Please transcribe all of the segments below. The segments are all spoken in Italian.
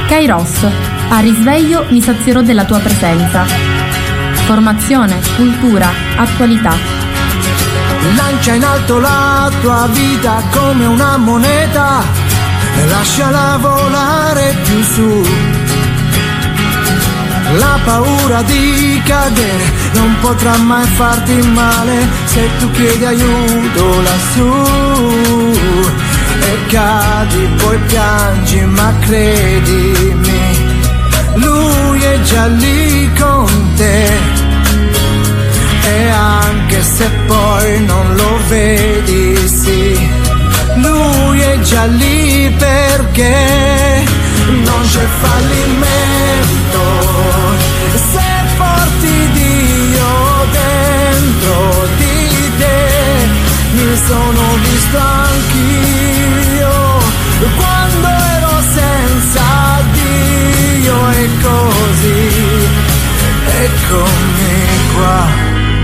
Kairos, a risveglio mi sazierò della tua presenza. Formazione, cultura, attualità. Lancia in alto la tua vita come una moneta e lasciala volare più su. La paura di cadere non potrà mai farti male se tu chiedi aiuto lassù. E cadi, poi piangi, ma credimi, lui è già lì con te. E anche se poi non lo vedi, sì, lui è già lì perché non c'è fallimento se porti Dio dentro di te. Mi sono visto anch'io quando ero senza Dio e così eccomi qua.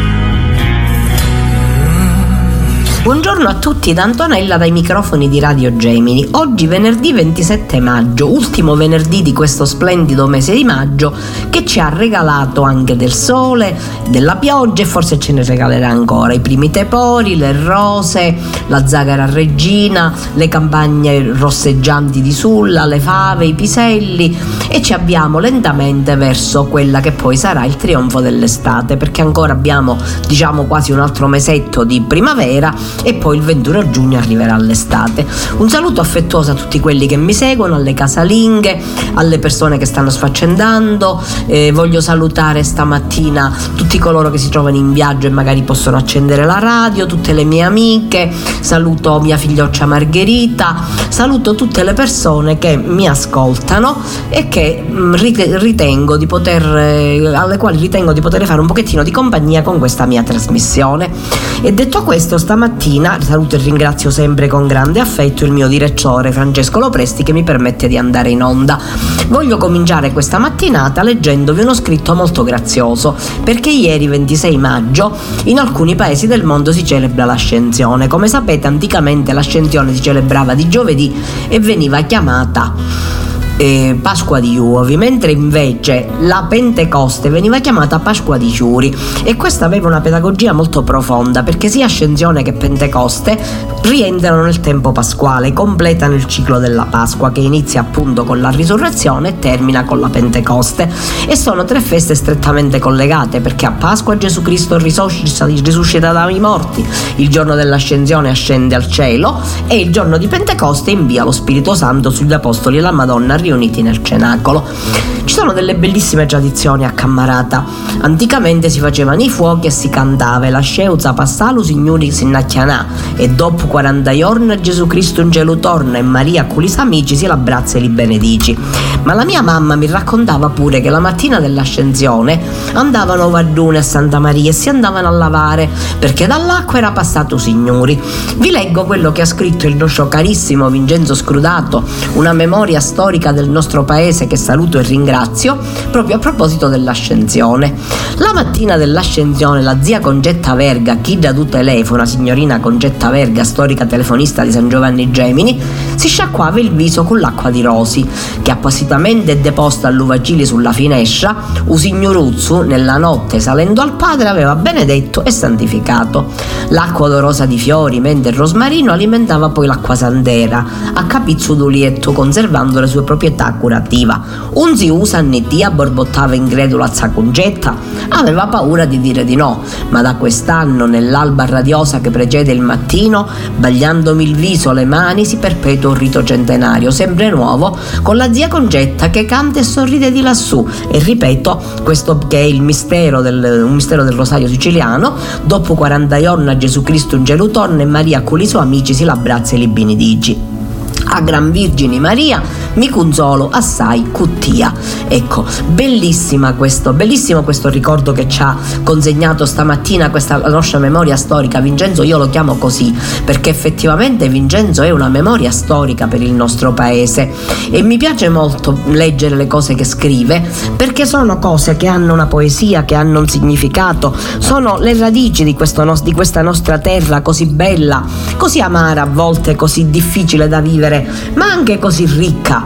Buongiorno a tutti da Antonella dai microfoni di Radio Gemini. Oggi venerdì 27 maggio, ultimo venerdì di questo splendido mese di maggio che ci ha regalato anche del sole, della pioggia e forse ce ne regalerà ancora. I primi tepori, le rose, la zagara regina, le campagne rosseggianti di Sulla, le fave, i piselli e ci avviamo lentamente verso quella che poi sarà il trionfo dell'estate, perché ancora abbiamo quasi un altro mesetto di primavera e poi il 21 giugno arriverà l'estate. Un saluto affettuoso a tutti quelli che mi seguono, alle casalinghe, alle persone che stanno sfaccendando. Voglio salutare stamattina tutti coloro che si trovano in viaggio e magari possono accendere la radio, tutte le mie amiche, saluto mia figlioccia Margherita, saluto tutte le persone che mi ascoltano e che ritengo di poter alle quali ritengo di poter fare un pochettino di compagnia con questa mia trasmissione. E detto questo, stamattina saluto e ringrazio sempre con grande affetto il mio direttore Francesco Lopresti che mi permette di andare in onda. Voglio cominciare questa mattinata leggendovi uno scritto molto grazioso, perché ieri 26 maggio in alcuni paesi del mondo si celebra l'Ascensione. Come sapete, anticamente l'Ascensione si celebrava di giovedì e veniva chiamata Pasqua di Uovi, mentre invece la Pentecoste veniva chiamata Pasqua di Ciuri, e questa aveva una pedagogia molto profonda, perché sia Ascensione che Pentecoste rientrano nel tempo pasquale, completano il ciclo della Pasqua che inizia appunto con la risurrezione e termina con la Pentecoste, e sono tre feste strettamente collegate, perché a Pasqua Gesù Cristo risuscita dai morti, il giorno dell'Ascensione ascende al cielo e il giorno di Pentecoste invia lo Spirito Santo sugli Apostoli e la Madonna riuniti nel cenacolo. Ci sono delle bellissime tradizioni a Cammarata. Anticamente si facevano i fuochi e si cantava la sceuza passalu signori sinnacchianà, e dopo 40 giorni Gesù Cristo in cielo torna e Maria con gli amici si l'abbraccia e li benedici. Ma la mia mamma mi raccontava pure che la mattina dell'Ascensione andavano Vardune a Santa Maria e si andavano a lavare perché dall'acqua era passato signori. Vi leggo quello che ha scritto il nostro carissimo Vincenzo Scrudato, una memoria storica del nostro paese che saluto e ringrazio, proprio a proposito dell'Ascensione. La mattina dell'Ascensione la zia Concetta Verga, chi da tu telefona, signorina Concetta Verga, storica telefonista di San Giovanni Gemini, si sciacquava il viso con l'acqua di rosi, che appositamente deposta all'uvagili sulla finestra, u signoruzzu nella notte salendo al padre aveva benedetto e santificato. L'acqua odorosa di fiori, mente e rosmarino alimentava poi l'acqua santera, a capizzo d'ulietto, conservando le sue proprietà curativa. Un ziù Sannitia borbottava incredulo a Concetta, aveva paura di dire di no, ma da quest'anno nell'alba radiosa che precede il mattino, bagliandomi il viso, le mani, si perpetua un rito centenario, sempre nuovo, con la zia Concetta che canta e sorride di lassù. E ripeto, questo che è un mistero del rosario siciliano: dopo 40 giorni a Gesù Cristo in cielo torna e Maria con i suoi amici si l'abbraccia e li benedici. A Gran Virgine Maria mi consolo assai cuttia. Ecco, bellissimo questo ricordo che ci ha consegnato stamattina questa la nostra memoria storica. Vincenzo, io lo chiamo così perché effettivamente Vincenzo è una memoria storica per il nostro paese, e mi piace molto leggere le cose che scrive, perché sono cose che hanno una poesia, che hanno un significato, sono le radici di questa nostra terra così bella, così amara a volte, così difficile da vivere, ma anche così ricca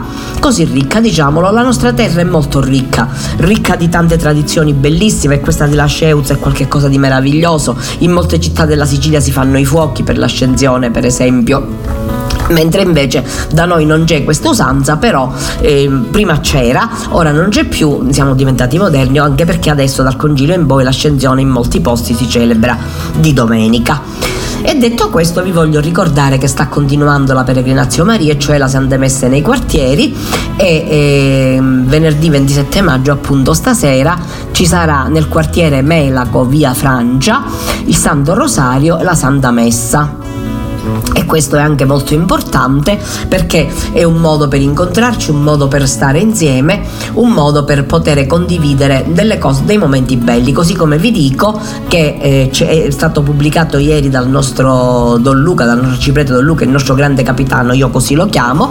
così ricca, diciamolo. La nostra terra è molto ricca di tante tradizioni bellissime, e questa della Sceuz è qualcosa di meraviglioso. In molte città della Sicilia si fanno i fuochi per l'Ascensione, per esempio, mentre invece da noi non c'è questa usanza, però prima c'era, ora non c'è più, siamo diventati moderni, anche perché adesso dal Concilio in poi l'Ascensione in molti posti si celebra di domenica. E detto questo, vi voglio ricordare che sta continuando la peregrinazione Maria, cioè la Sante Messe nei quartieri, e venerdì 27 maggio, appunto stasera, ci sarà nel quartiere Melaco, via Francia, il Santo Rosario e la Santa Messa. E questo è anche molto importante, perché è un modo per incontrarci, un modo per stare insieme, un modo per poter condividere delle cose, dei momenti belli. Così come vi dico che è stato pubblicato ieri dal nostro Don Luca, dal nostro arciprete Don Luca, il nostro grande capitano, io così lo chiamo,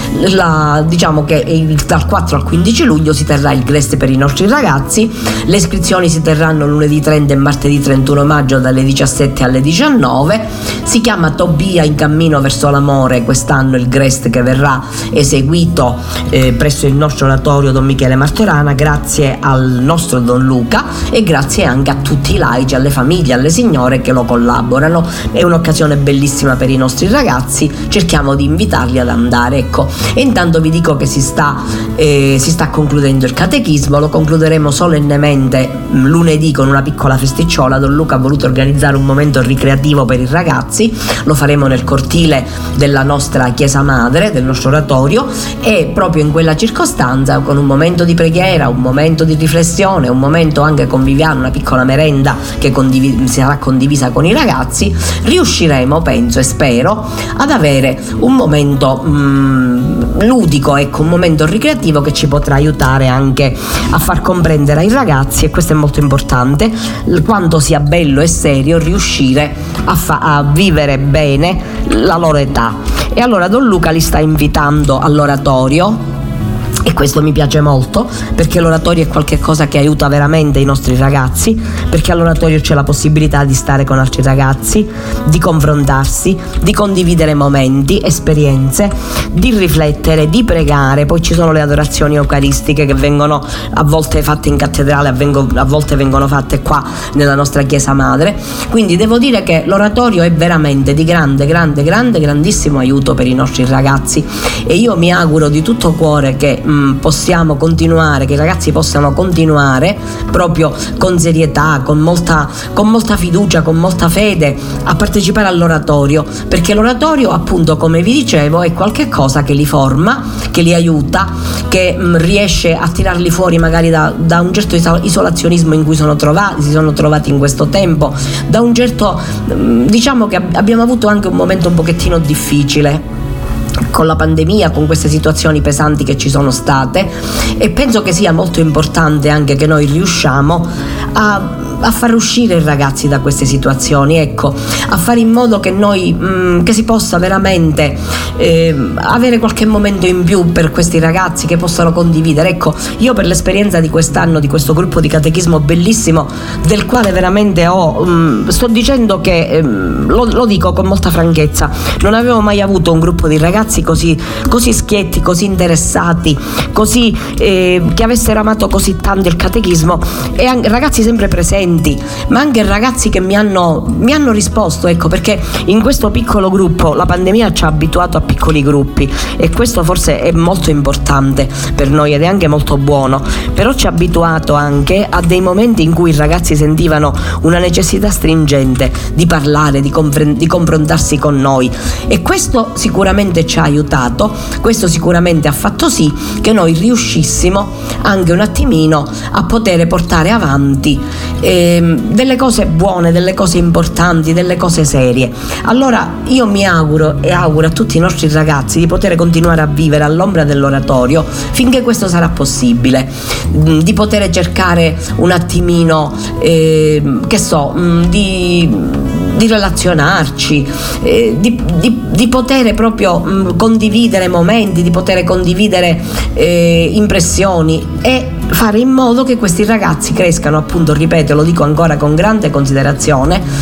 diciamo che dal 4 al 15 luglio si terrà il Grest per i nostri ragazzi. Le iscrizioni si terranno lunedì 30 e martedì 31 maggio dalle 17 alle 19. Si chiama Tobia in cammino verso l'amore, quest'anno il Grest che verrà eseguito presso il nostro oratorio Don Michele Martorana, grazie al nostro Don Luca e grazie anche a tutti i laici, alle famiglie, alle signore che lo collaborano. È un'occasione bellissima per i nostri ragazzi, cerchiamo di invitarli ad andare, ecco. E intanto vi dico che si sta concludendo il catechismo, lo concluderemo solennemente lunedì con una piccola festicciola. Don Luca ha voluto organizzare un momento ricreativo per i ragazzi, lo faremo nel cortile della nostra chiesa madre, del nostro oratorio, e proprio in quella circostanza, con un momento di preghiera, un momento di riflessione, un momento anche conviviale, una piccola merenda che sarà condivisa con i ragazzi, riusciremo, penso e spero, ad avere un momento ludico, ecco, un momento ricreativo che ci potrà aiutare anche a far comprendere ai ragazzi, e questo è molto importante, quanto sia bello e serio riuscire a vivere bene la loro età. E allora Don Luca li sta invitando all'oratorio, e questo mi piace molto, perché l'oratorio è qualcosa che aiuta veramente i nostri ragazzi, perché all'oratorio c'è la possibilità di stare con altri ragazzi, di confrontarsi, di condividere momenti, esperienze, di riflettere, di pregare. Poi ci sono le adorazioni eucaristiche che vengono a volte fatte in cattedrale, a volte vengono fatte qua nella nostra chiesa madre. Quindi devo dire che l'oratorio è veramente di grandissimo aiuto per i nostri ragazzi, e io mi auguro di tutto cuore che possiamo continuare, che i ragazzi possano continuare proprio con serietà, con molta fiducia, con molta fede a partecipare all'oratorio, perché l'oratorio, appunto, come vi dicevo, è qualcosa che li forma, che li aiuta, che riesce a tirarli fuori magari da un certo isolazionismo in cui si sono trovati in questo tempo, da un certo, diciamo che abbiamo avuto anche un momento un pochettino difficile con la pandemia, con queste situazioni pesanti che ci sono state, e penso che sia molto importante anche che noi riusciamo a far uscire i ragazzi da queste situazioni, ecco, a fare in modo che noi che si possa veramente avere qualche momento in più per questi ragazzi, che possano condividere. Ecco, io per l'esperienza di quest'anno, di questo gruppo di catechismo bellissimo, del quale veramente sto dicendo che lo dico con molta franchezza, non avevo mai avuto un gruppo di ragazzi così schietti, così interessati, così che avessero amato così tanto il catechismo, e anche ragazzi sempre presenti, ma anche ragazzi che mi hanno risposto, ecco, perché in questo piccolo gruppo la pandemia ci ha abituato a piccoli gruppi, e questo forse è molto importante per noi ed è anche molto buono, però ci ha abituato anche a dei momenti in cui i ragazzi sentivano una necessità stringente di parlare, di confrontarsi con noi, e questo sicuramente ci ha aiutato, questo sicuramente ha fatto sì che noi riuscissimo anche un attimino a poter portare avanti delle cose buone, delle cose importanti, delle cose serie. Allora io mi auguro e auguro a tutti i nostri ragazzi di poter continuare a vivere all'ombra dell'oratorio finché questo sarà possibile, di poter cercare un attimino di relazionarci, di poter proprio condividere momenti, di poter condividere impressioni, e fare in modo che questi ragazzi crescano, appunto, ripeto, lo dico ancora con grande considerazione,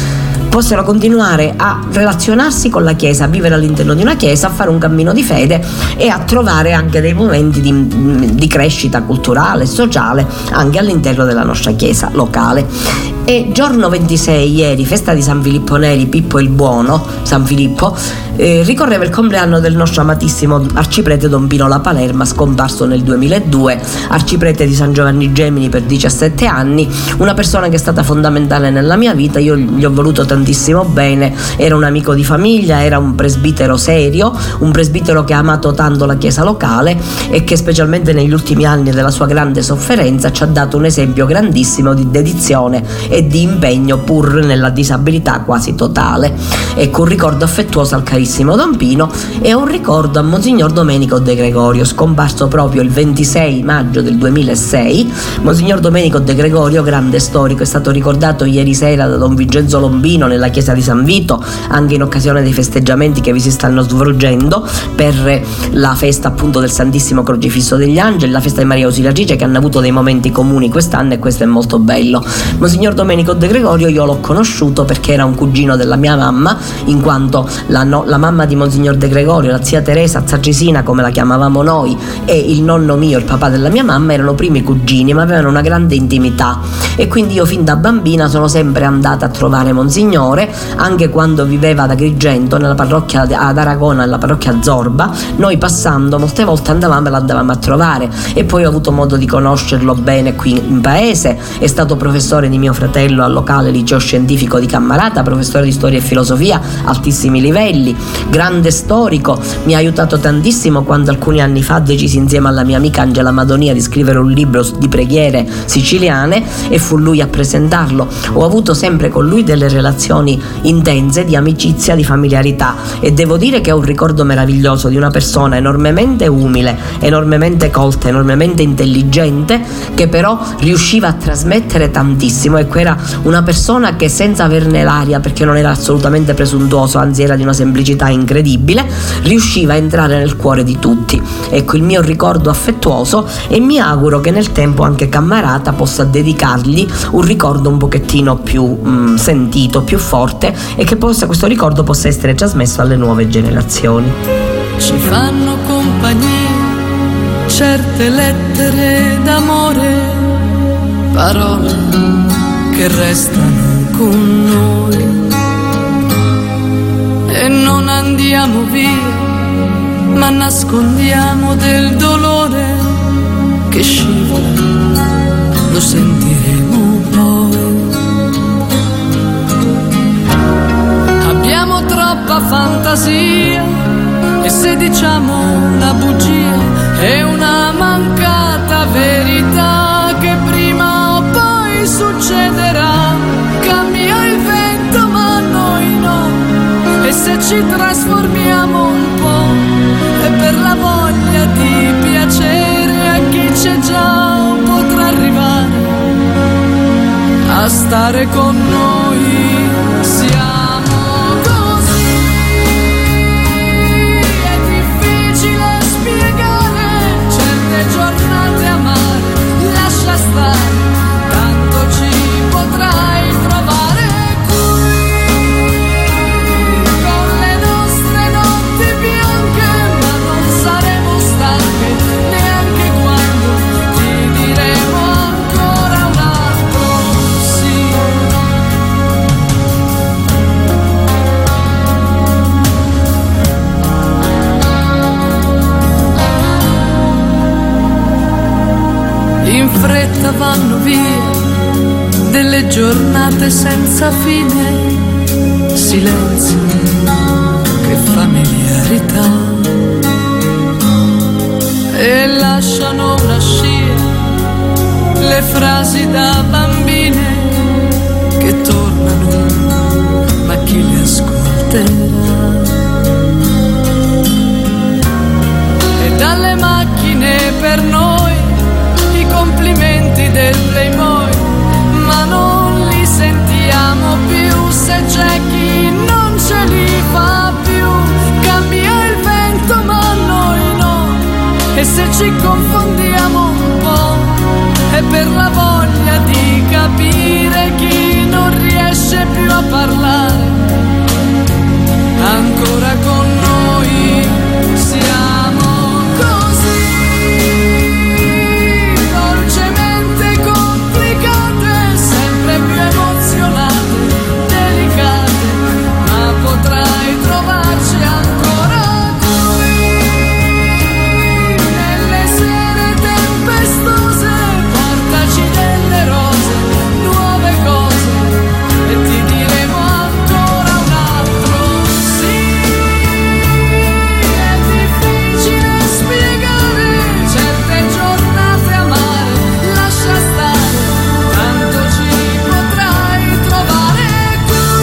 possano continuare a relazionarsi con la Chiesa, a vivere all'interno di una Chiesa, a fare un cammino di fede e a trovare anche dei momenti di crescita culturale e sociale anche all'interno della nostra Chiesa locale. E giorno 26, ieri, festa di San Filippo Neri, Pippo il Buono, San Filippo, ricorreva il compleanno del nostro amatissimo arciprete Don Pino La Palerma, scomparso nel 2002, arciprete di San Giovanni Gemini per 17 anni, una persona che è stata fondamentale nella mia vita. Io gli ho voluto tantissimo bene, era un amico di famiglia, era un presbitero serio, un presbitero che ha amato tanto la Chiesa locale e che specialmente negli ultimi anni della sua grande sofferenza ci ha dato un esempio grandissimo di dedizione e di impegno pur nella disabilità quasi totale. Ecco, un ricordo affettuoso al carissimo Don Pino e un ricordo a Monsignor Domenico De Gregorio, scomparso proprio il 26 maggio del 2006. Monsignor Domenico De Gregorio, grande storico, è stato ricordato ieri sera da Don Vincenzo Lombino nella chiesa di San Vito, anche in occasione dei festeggiamenti che vi si stanno svolgendo per la festa appunto del Santissimo Crocifisso degli Angeli, la festa di Maria Ausiliatrice, che hanno avuto dei momenti comuni quest'anno e questo è molto bello. Monsignor Domenico De Gregorio io l'ho conosciuto perché era un cugino della mia mamma, in quanto la mamma di Monsignor De Gregorio, la zia Teresa Zaccisina come la chiamavamo noi, e il nonno mio, il papà della mia mamma, erano primi cugini ma avevano una grande intimità e quindi io fin da bambina sono sempre andata a trovare Monsignore, anche quando viveva ad Agrigento nella parrocchia ad Aragona, nella parrocchia Zorba. Noi passando molte volte andavamo e l'andavamo a trovare e poi ho avuto modo di conoscerlo bene qui in paese. È stato professore di mio fratello al locale liceo scientifico di Cammarata, professore di storia e filosofia, altissimi livelli, grande storico, mi ha aiutato tantissimo quando alcuni anni fa decisi insieme alla mia amica Angela Madonia di scrivere un libro di preghiere siciliane e fu lui a presentarlo. Ho avuto sempre con lui delle relazioni intense di amicizia, di familiarità e devo dire che ho un ricordo meraviglioso di una persona enormemente umile, enormemente colta, enormemente intelligente, che però riusciva a trasmettere tantissimo. Ecco, era una persona che senza averne l'aria, perché non era assolutamente presuntuoso, anzi era di una semplicità incredibile, riusciva a entrare nel cuore di tutti. Ecco il mio ricordo affettuoso e mi auguro che nel tempo anche Cammarata possa dedicargli un ricordo un pochettino più sentito, più forte e che questo ricordo possa essere trasmesso alle nuove generazioni. Ci fanno compagnia certe lettere d'amore, parole che restano con noi e non andiamo via, ma nascondiamo del dolore che scivola, lo sentiremo poi. Abbiamo troppa fantasia e se diciamo una bugia è una mancata verità che prima o poi succederà. Cambia il vento ma noi no, e se ci trasformiamo un po' è per la voglia di piacere a chi c'è già, potrà arrivare a stare con noi. Siamo così, è difficile spiegare certe giornate amare, lascia stare, tanto ci potrai trovare qui con le nostre notti bianche, ma non saremo stanche neanche quando ti diremo ancora un altro sì. In fretta vanno via delle giornate senza fine, silenzio, che familiarità, e lasciano una scia le frasi da bambine che tornano, ma chi le ascolterà? E dalle macchine per noi i complimenti del Playboy, ma non li sentiamo più se c'è chi non ce li fa più. Cambia il vento ma noi no, e se ci confondiamo un po' è per la voglia di capire chi non riesce riesce più a parlare, ancora con noi siamo così dolcemente complicate, sempre più emozionate, delicate, ma potrai trovarci ancora qui nelle sere tempestose. Portaci delle rose, nuove cose, e ti diremo ancora un altro sì. È difficile spiegare certe giornate amare, lascia stare, tanto ci potrai trovare qui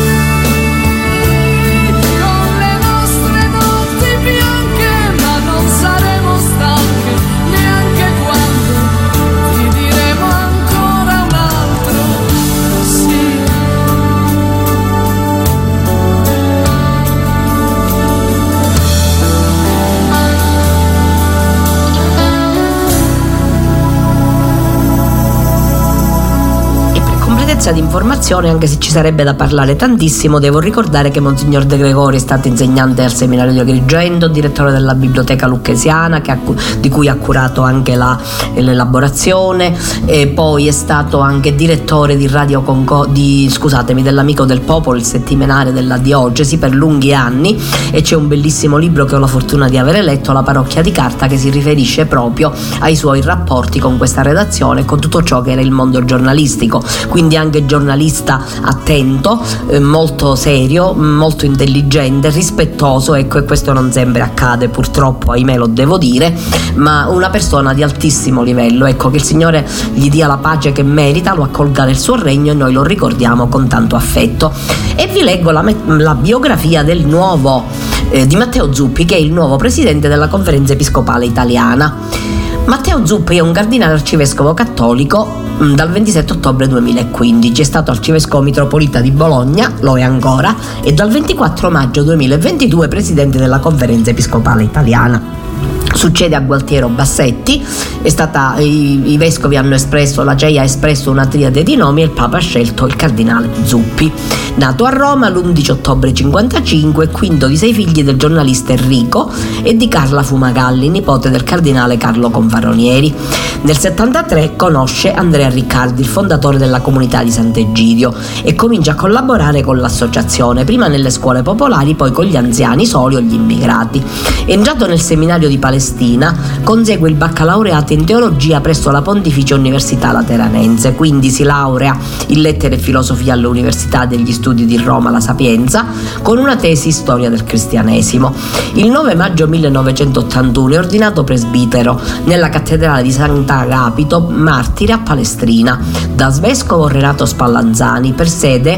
con le nostre notti bianche, ma non saremo stanche neanche quando ti diremo ancora un altro sì. E per completezza di informazione, anche se ci sarebbe da parlare tantissimo, devo ricordare che Monsignor De Gregori è stato insegnante al seminario di Agrigento, direttore della biblioteca lucchesiana, di cui ha curato anche l'elaborazione, e poi è stato anche direttore di dell'Amico del Popolo, il settimanale della diocesi, per lunghi anni, e c'è un bellissimo libro che ho la fortuna di avere letto, La parrocchia di carta, che si riferisce proprio ai suoi rapporti con questa redazione e con tutto ciò che era il mondo giornalistico. Quindi anche giornalista attento, molto serio, molto intelligente, rispettoso, ecco, e questo non sempre accade, purtroppo, ahimè, lo devo dire, ma una persona di altissimo livello, ecco, che il Signore gli dia la pace che merita, lo accolga nel suo regno, e noi lo ricordiamo con tanto affetto. E vi leggo la biografia del nuovo di Matteo Zuppi, che è il nuovo presidente della Conferenza Episcopale Italiana. Matteo Zuppi è un cardinale arcivescovo cattolico dal 27 ottobre 2015, è stato arcivescovo mitropolita di Bologna, lo è ancora, e dal 24 maggio 2022 presidente della Conferenza Episcopale Italiana. Succede a Gualtiero Bassetti, i vescovi hanno espresso, la CEI ha espresso una triade di nomi e il Papa ha scelto il cardinale Zuppi. Nato a Roma l'11 ottobre 55, quinto di 6 figli del giornalista Enrico e di Carla Fumagalli, nipote del cardinale Carlo Confalonieri. Nel 73 conosce Andrea Riccardi, il fondatore della comunità di Sant'Egidio, e comincia a collaborare con l'associazione, prima nelle scuole popolari, poi con gli anziani soli o gli immigrati. Entrato nel seminario di Palestina, consegue il baccalaureato in teologia presso la Pontificia Università Lateranense, quindi si laurea in lettere e filosofia all'Università degli Studi di Roma La Sapienza, con una tesi storia del cristianesimo. Il 9 maggio 1981 è ordinato presbitero nella cattedrale di Sant'Agapito Martire a Palestrina da vescovo Renato Spallanzani per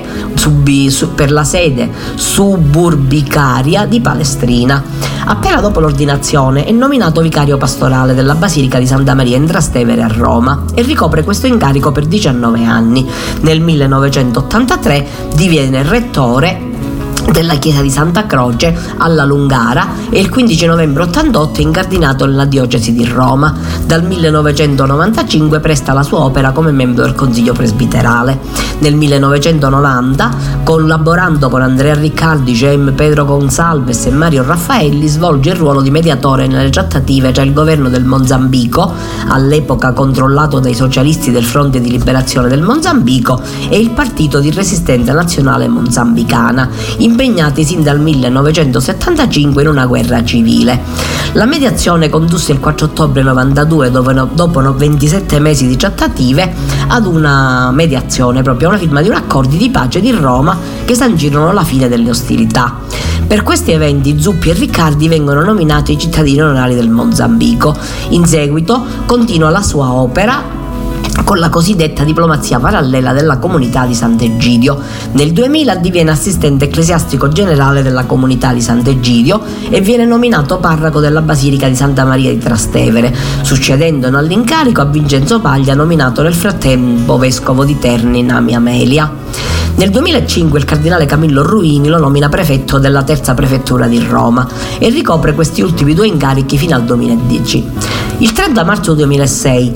la sede suburbicaria di Palestrina. Appena dopo l'ordinazione è nominato vicario pastorale della Basilica di Santa Maria in Trastevere a Roma e ricopre questo incarico per 19 anni. Nel 1983 diviene rettore della chiesa di Santa Croce alla Lungara e il 15 novembre 88 è incardinato nella diocesi di Roma. Dal 1995 presta la sua opera come membro del Consiglio Presbiterale. Nel 1990, collaborando con Andrea Riccardi, Gem Pedro Gonsalves e Mario Raffaelli, svolge il ruolo di mediatore nelle trattative tra il governo del Mozambico, all'epoca controllato dai socialisti del Fronte di Liberazione del Mozambico, e il Partito di Resistenza Nazionale Mozambicana, impegnati sin dal 1975 in una guerra civile. La mediazione condusse il 4 ottobre 92, dopo 27 mesi di trattative, ad una mediazione, proprio una firma di un accordo di pace di Roma che sancirono la fine delle ostilità. Per questi eventi Zuppi e Riccardi vengono nominati i cittadini onorari del Mozambico. In seguito continua la sua opera con la cosiddetta diplomazia parallela della comunità di Sant'Egidio. Nel 2000 diviene assistente ecclesiastico generale della comunità di Sant'Egidio e viene nominato parroco della Basilica di Santa Maria di Trastevere, succedendo all'incarico a Vincenzo Paglia, nominato nel frattempo vescovo di Terni Nami Amelia. Nel 2005 il cardinale Camillo Ruini lo nomina prefetto della terza prefettura di Roma e ricopre questi ultimi due incarichi fino al 2010. Il 30 marzo 2006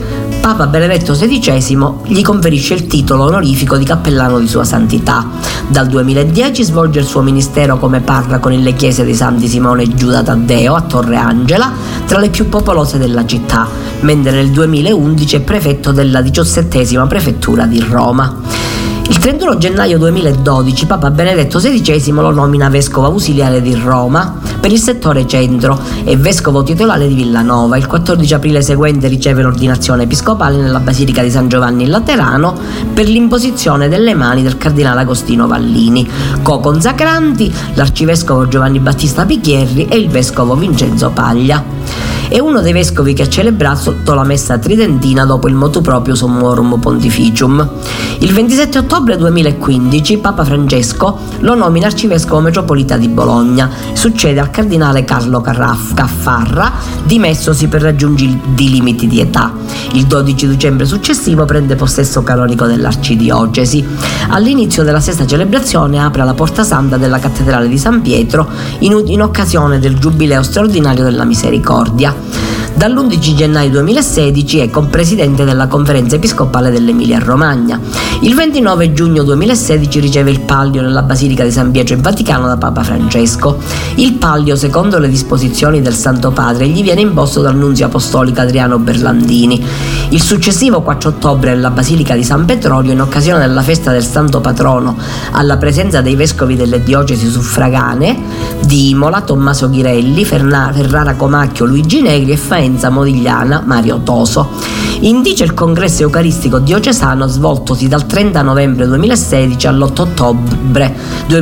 Papa Benedetto XVI gli conferisce il titolo onorifico di cappellano di Sua Santità. Dal 2010 svolge il suo ministero come parroco nelle chiese dei Santi Simone e Giuda Taddeo a Torre Angela, tra le più popolose della città, mentre nel 2011 è prefetto della 17ª prefettura di Roma. Il 31 gennaio 2012 Papa Benedetto XVI lo nomina vescovo ausiliare di Roma per il settore centro e vescovo titolare di Villanova. Il 14 aprile seguente riceve l'ordinazione episcopale nella Basilica di San Giovanni in Laterano per l'imposizione delle mani del cardinale Agostino Vallini. Co-consacranti l'arcivescovo Giovanni Battista Picchierri e il vescovo Vincenzo Paglia. È uno dei vescovi che ha celebrato la messa tridentina dopo il motu proprio Summorum Pontificium. Il 27 ottobre 2015 Papa Francesco lo nomina arcivescovo metropolita di Bologna, succede al cardinale Carlo Caffarra, dimessosi per raggiungere i limiti di età. Il 12 dicembre successivo prende possesso canonico dell'arcidiocesi. All'inizio della sesta celebrazione apre la porta santa della cattedrale di San Pietro in occasione del giubileo straordinario della misericordia. Dall'11 gennaio 2016 è compresidente della Conferenza Episcopale dell'Emilia Romagna. Il 29 giugno 2016 riceve il Pallio nella Basilica di San Pietro in Vaticano da Papa Francesco. Il Pallio, secondo le disposizioni del Santo Padre, gli viene imposto dal nunzio apostolico Adriano Berlandini. Il successivo 4 ottobre nella Basilica di San Petrolio, in occasione della festa del Santo Patrono, alla presenza dei vescovi delle diocesi suffragane di Imola, Tommaso Ghirelli, Ferrara Comacchio, Luigi Negri e Faenza Modigliana, Mario Toso. Indice il congresso eucaristico diocesano svoltosi dal 30 novembre 2016 all'8 ottobre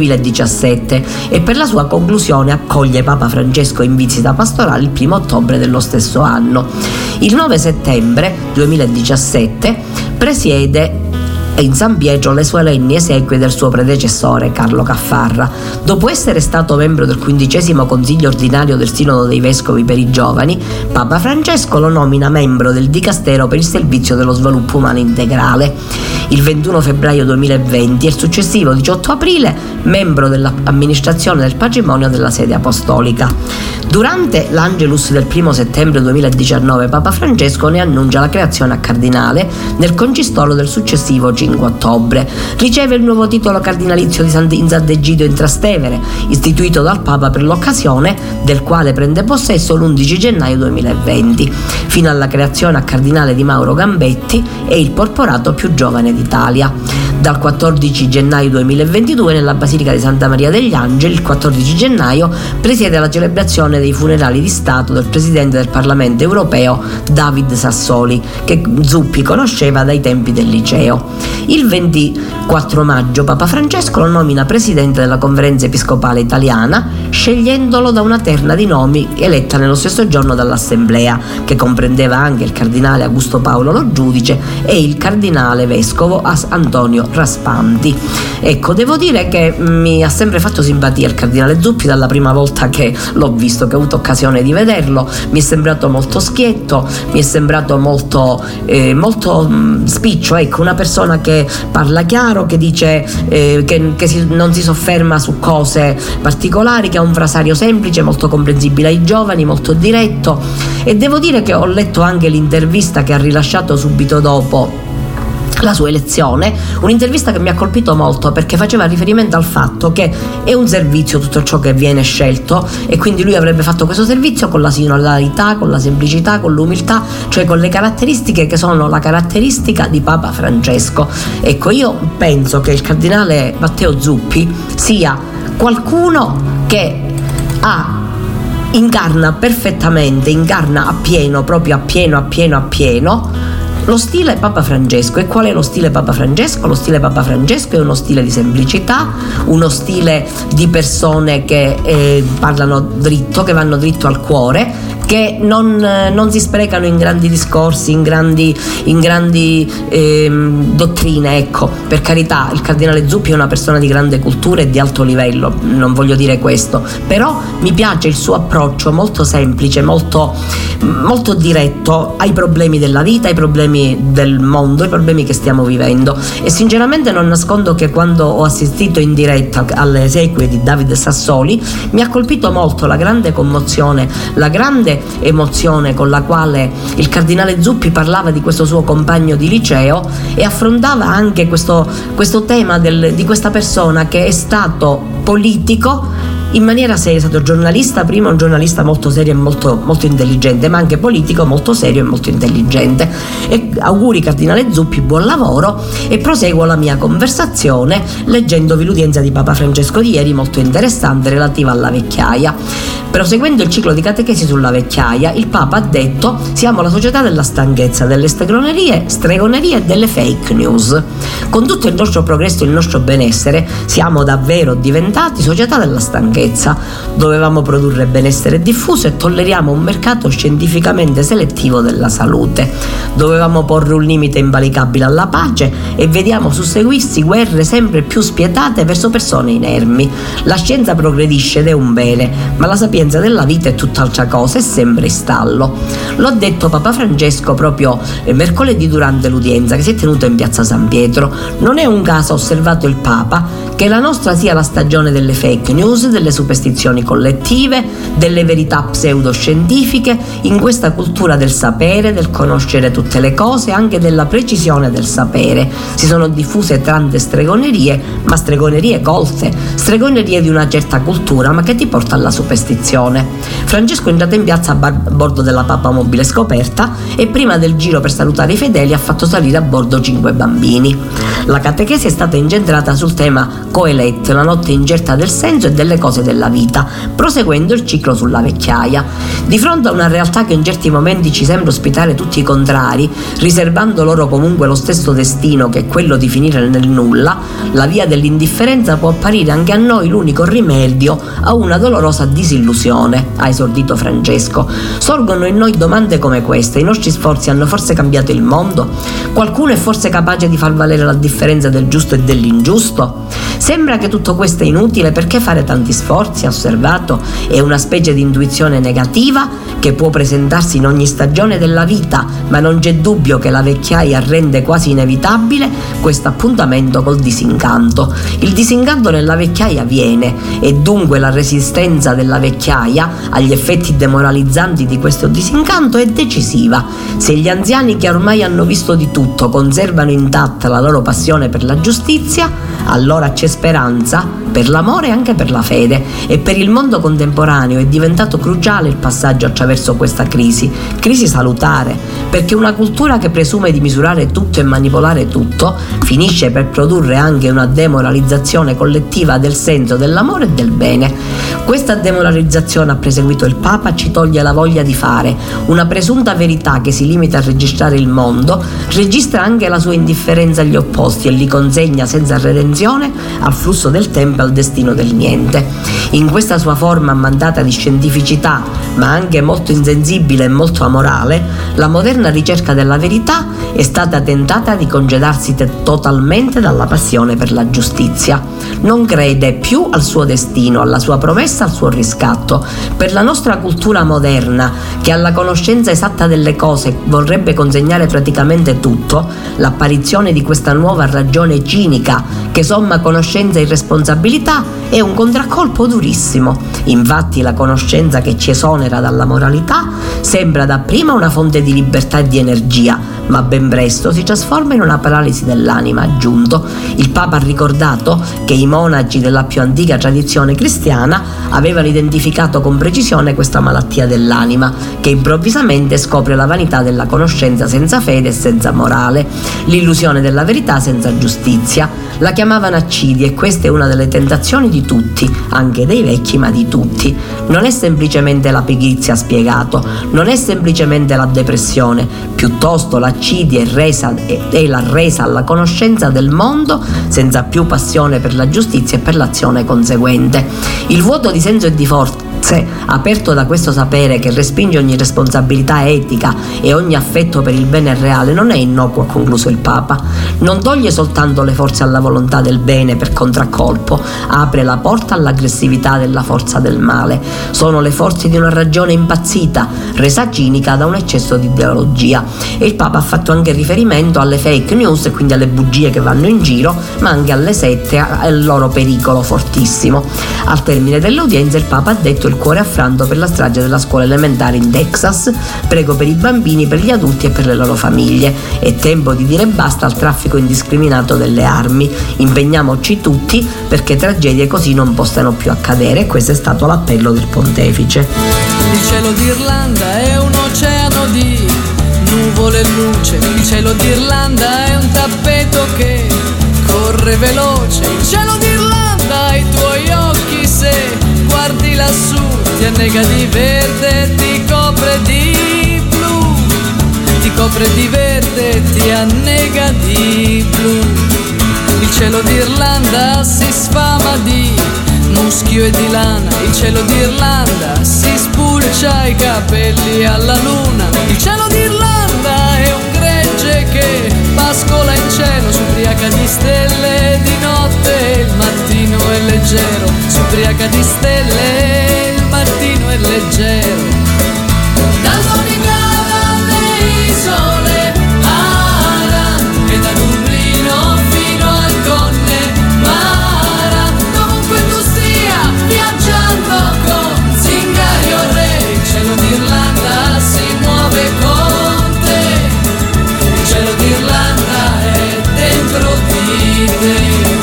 2017 e per la sua conclusione accoglie Papa Francesco in visita pastorale il 1 ottobre dello stesso anno. Il 9 settembre 2017 presiede in San Pietro le solenni esequie del suo predecessore Carlo Caffarra. Dopo essere stato membro del 15° Consiglio ordinario del Sinodo dei Vescovi per i Giovani, Papa Francesco lo nomina membro del Dicastero per il servizio dello sviluppo umano integrale. Il 21 febbraio 2020 e il successivo 18 aprile membro dell'amministrazione del patrimonio della sede apostolica. Durante l'Angelus del 1 settembre 2019 Papa Francesco ne annuncia la creazione a cardinale nel concistoro del successivo 5 ottobre. Riceve il nuovo titolo cardinalizio in Sant'Egidio in Trastevere, istituito dal Papa per l'occasione, del quale prende possesso l'11 gennaio 2020. Fino alla creazione a cardinale di Mauro Gambetti è il porporato più giovane d'Italia. Dal 14 gennaio 2022 nella Basilica di Santa Maria degli Angeli, il 14 gennaio, presiede la celebrazione dei funerali di Stato del Presidente del Parlamento Europeo David Sassoli, che Zuppi conosceva dai tempi del liceo. Il 24 maggio Papa Francesco lo nomina Presidente della Conferenza Episcopale Italiana, scegliendolo da una terna di nomi eletta nello stesso giorno dall'Assemblea, che comprendeva anche il Cardinale Augusto Paolo Lo Giudice e il Cardinale Vescovo Antonio Raspanti. Ecco, devo dire che mi ha sempre fatto simpatia il Cardinale Zuppi dalla prima volta che l'ho visto, che ho avuto occasione di vederlo. Mi è sembrato molto schietto, mi è sembrato molto spiccio, ecco, una persona che parla chiaro, che dice non si sofferma su cose particolari, che ha un frasario semplice, molto comprensibile ai giovani, molto diretto. E devo dire che ho letto anche l'intervista che ha rilasciato subito dopo la sua elezione, un'intervista che mi ha colpito molto perché faceva riferimento al fatto che è un servizio tutto ciò che viene scelto e quindi lui avrebbe fatto questo servizio con la singolarità, con la semplicità, con l'umiltà, cioè con le caratteristiche che sono la caratteristica di Papa Francesco. Ecco, io penso che il cardinale Matteo Zuppi sia qualcuno che incarna perfettamente, incarna appieno, proprio appieno lo stile Papa Francesco. E qual è lo stile Papa Francesco? Lo stile Papa Francesco è uno stile di semplicità, uno stile di persone che parlano dritto, che vanno dritto al cuore, che non si sprecano in grandi discorsi, in grandi dottrine. Ecco, per carità, il cardinale Zuppi è una persona di grande cultura e di alto livello, non voglio dire questo, però mi piace il suo approccio molto semplice, molto diretto ai problemi della vita, ai problemi del mondo, ai problemi che stiamo vivendo. E sinceramente non nascondo che quando ho assistito in diretta alle esequie di Davide Sassoli mi ha colpito molto la grande commozione, la grande grande emozione con la quale il cardinale Zuppi parlava di questo suo compagno di liceo e affrontava anche questo tema di questa persona che è stato politico in maniera seria, è stato giornalista prima, un giornalista molto serio e molto, molto intelligente, ma anche politico molto serio e molto intelligente. E auguri cardinale Zuppi, buon lavoro, e proseguo la mia conversazione leggendovi l'udienza di Papa Francesco di ieri, molto interessante, relativa alla vecchiaia. Proseguendo il ciclo di catechesi sulla vecchiaia, il Papa ha detto: siamo la società della stanchezza, delle stregonerie e delle fake news. Con tutto il nostro progresso e il nostro benessere siamo davvero diventati società della stanchezza. Dovevamo produrre benessere diffuso e tolleriamo un mercato scientificamente selettivo della salute. Dovevamo porre un limite invalicabile alla pace e vediamo susseguirsi guerre sempre più spietate verso persone inermi. La scienza progredisce ed è un bene, ma la sapienza della vita è tutt'altra cosa, è sempre in stallo. L'ho detto Papa Francesco proprio mercoledì durante l'udienza che si è tenuta in piazza San Pietro. Non è un caso, ha osservato il Papa, che la nostra sia la stagione delle fake news, delle superstizioni collettive, delle verità pseudoscientifiche, in questa cultura del sapere, del conoscere tutte le cose, anche della precisione del sapere. Si sono diffuse tante stregonerie, ma stregonerie colte, stregonerie di una certa cultura, ma che ti porta alla superstizione. Francesco è entrato in piazza a bordo della Papa Mobile scoperta e prima del giro per salutare i fedeli ha fatto salire a bordo 5 bambini. La catechesi è stata incentrata sul tema Coelet, la notte incerta del senso e delle cose della vita, proseguendo il ciclo sulla vecchiaia. Di fronte a una realtà che in certi momenti ci sembra ospitare tutti i contrari, riservando loro comunque lo stesso destino che è quello di finire nel nulla, la via dell'indifferenza può apparire anche a noi l'unico rimedio a una dolorosa disillusione, ha esordito Francesco. Sorgono in noi domande come queste: i nostri sforzi hanno forse cambiato il mondo? Qualcuno è forse capace di far valere la differenza del giusto e dell'ingiusto? Sembra che tutto questo è inutile, perché fare tanti sforzi, ha osservato, è una specie di intuizione negativa che può presentarsi in ogni stagione della vita, ma non c'è dubbio che la vecchiaia rende quasi inevitabile questo appuntamento col disincanto. Il disincanto nella vecchiaia viene, e dunque la resistenza della vecchiaia agli effetti demoralizzanti di questo disincanto è decisiva. Se gli anziani, che ormai hanno visto di tutto, conservano intatta la loro passione per la giustizia, allora c'è speranza per l'amore e anche per la fede. E per il mondo contemporaneo è diventato cruciale il passaggio attraverso questa crisi salutare, perché una cultura che presume di misurare tutto e manipolare tutto finisce per produrre anche una demoralizzazione collettiva del senso dell'amore e del bene. Questa demoralizzazione, ha proseguito il Papa, ci toglie la voglia di fare. Una presunta verità che si limita a registrare il mondo registra anche la sua indifferenza agli opposti e li consegna senza redenzione al flusso del tempo e al destino del niente. In questa sua forma ammantata di scientificità, ma anche molto insensibile e molto amorale, la moderna ricerca della verità è stata tentata di congedarsi totalmente dalla passione per la giustizia. Non crede più al suo destino, alla sua promessa, al suo riscatto. Per la nostra cultura moderna, che alla conoscenza esatta delle cose vorrebbe consegnare praticamente tutto, l'apparizione di questa nuova ragione cinica che somma conoscenza e responsabilità è un contraccolpo durissimo. Infatti la conoscenza che ci esonera dalla moralità sembra dapprima una fonte di libertà e di energia, ma ben presto si trasforma in una paralisi dell'anima, ha aggiunto. Il Papa ha ricordato che i monaci della più antica tradizione cristiana avevano identificato con precisione questa malattia dell'anima, che improvvisamente scopre la vanità della conoscenza senza fede e senza morale, l'illusione della verità senza giustizia. La chiamavano accidia, e questa è una delle tentazioni di tutti, anche dei vecchi, ma di tutti. Non è semplicemente la pigrizia, ha spiegato, non è semplicemente la depressione, piuttosto l'accidia è la resa alla conoscenza del mondo senza più passione per la giustizia e per l'azione conseguente. Il vuoto di senso e di forza aperto da questo sapere che respinge ogni responsabilità etica e ogni affetto per il bene reale non è innocuo, ha concluso il Papa. Non toglie soltanto le forze alla volontà del bene per contraccolpo, apre la porta all'aggressività della forza del male. Sono le forze di una ragione impazzita, resa cinica da un eccesso di ideologia. E il Papa ha fatto anche riferimento alle fake news, quindi alle bugie che vanno in giro, ma anche alle sette, al loro pericolo fortissimo. Al termine dell'udienza il Papa ha detto: il cuore affranto per la strage della scuola elementare in Texas. Prego per i bambini, per gli adulti e per le loro famiglie. È tempo di dire basta al traffico indiscriminato delle armi. Impegniamoci tutti perché tragedie così non possano più accadere. Questo è stato l'appello del pontefice. Il cielo d'Irlanda è un oceano di nuvole e luce. Il cielo d'Irlanda è un tappeto che corre veloce. Il cielo d'Irlanda, i tuoi occhi, se guardi lassù, ti annega di verde, ti copre di blu. Ti copre di verde, ti annega di blu. Il cielo d'Irlanda si sfama di muschio e di lana. Il cielo d'Irlanda si spulcia i capelli alla luna. Il cielo d'Irlanda è un gregge che pascola in cielo, s'ubriaca di stelle di notte, il mattino è leggero. S'ubriaca di stelle, il mattino è leggero. Dal Donegal alle isole Aran e da Dublino fino al Connemara, dovunque tu stia viaggiando con zingari o re, il cielo d'Irlanda si muove con te. Il cielo d'Irlanda è dentro di te.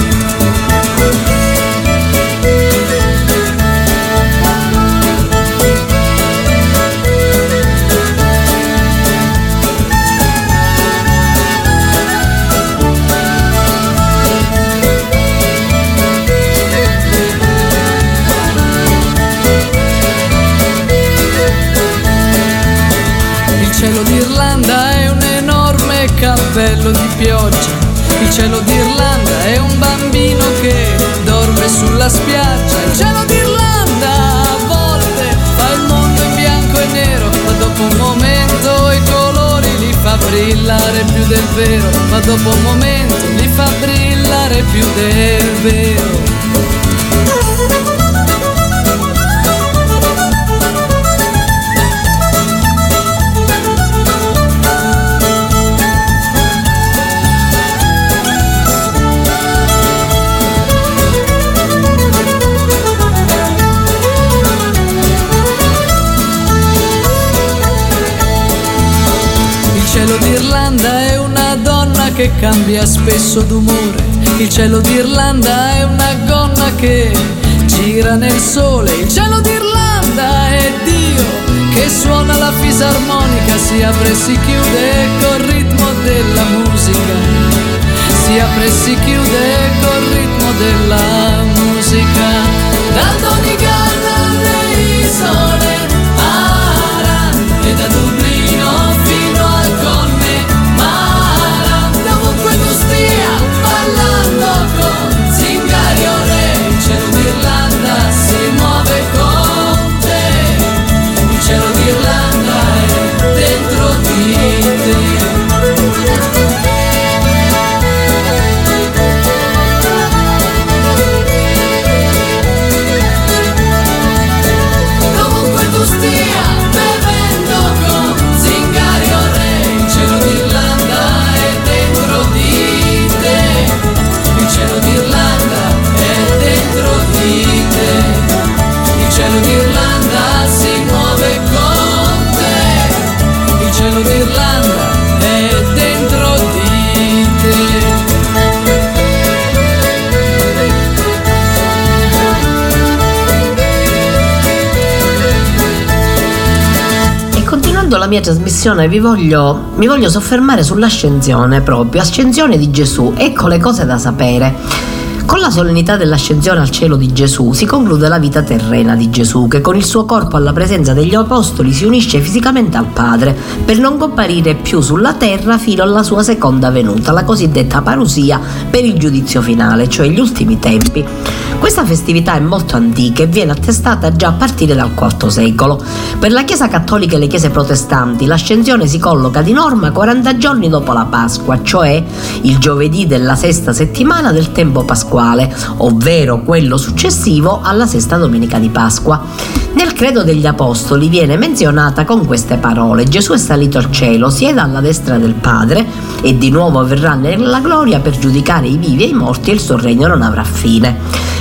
Il cielo d'Irlanda è un enorme cappello di pioggia. Il cielo d'Irlanda è un bambino che dorme sulla spiaggia. Il cielo d'Irlanda a volte fa il mondo in bianco e nero, ma dopo un momento i colori li fa brillare più del vero. Ma dopo un momento li fa brillare più del vero. Il cielo d'Irlanda è una donna che cambia spesso d'umore. Il cielo d'Irlanda è una gonna che gira nel sole. Il cielo d'Irlanda è Dio che suona la fisarmonica, si apre e si chiude col ritmo della musica. Si apre e si chiude col ritmo della musica. Dal Donegal alle isole Aran e da Dublino fino al Connemara, dovunque tu stia ballando con zingari o re, il cielo d'Irlanda si muove con te. Il cielo d'Irlanda è dentro di te. La mia trasmissione mi voglio soffermare sull'ascensione, proprio ascensione di Gesù. Ecco le cose da sapere. Con la solennità dell'ascensione al cielo di Gesù si conclude la vita terrena di Gesù, che con il suo corpo alla presenza degli apostoli si unisce fisicamente al Padre per non comparire più sulla terra fino alla sua seconda venuta, la cosiddetta parusia, per il giudizio finale, cioè gli ultimi tempi. Questa festività è molto antica e viene attestata già a partire dal IV secolo. Per la Chiesa cattolica e le chiese protestanti l'ascensione si colloca di norma 40 giorni dopo la Pasqua, cioè il giovedì della sesta settimana del tempo pasquale, ovvero quello successivo alla sesta domenica di Pasqua. Nel credo degli Apostoli viene menzionata con queste parole: Gesù è salito al cielo, siede alla destra del Padre e di nuovo verrà nella gloria per giudicare i vivi e i morti, e il suo regno non avrà fine.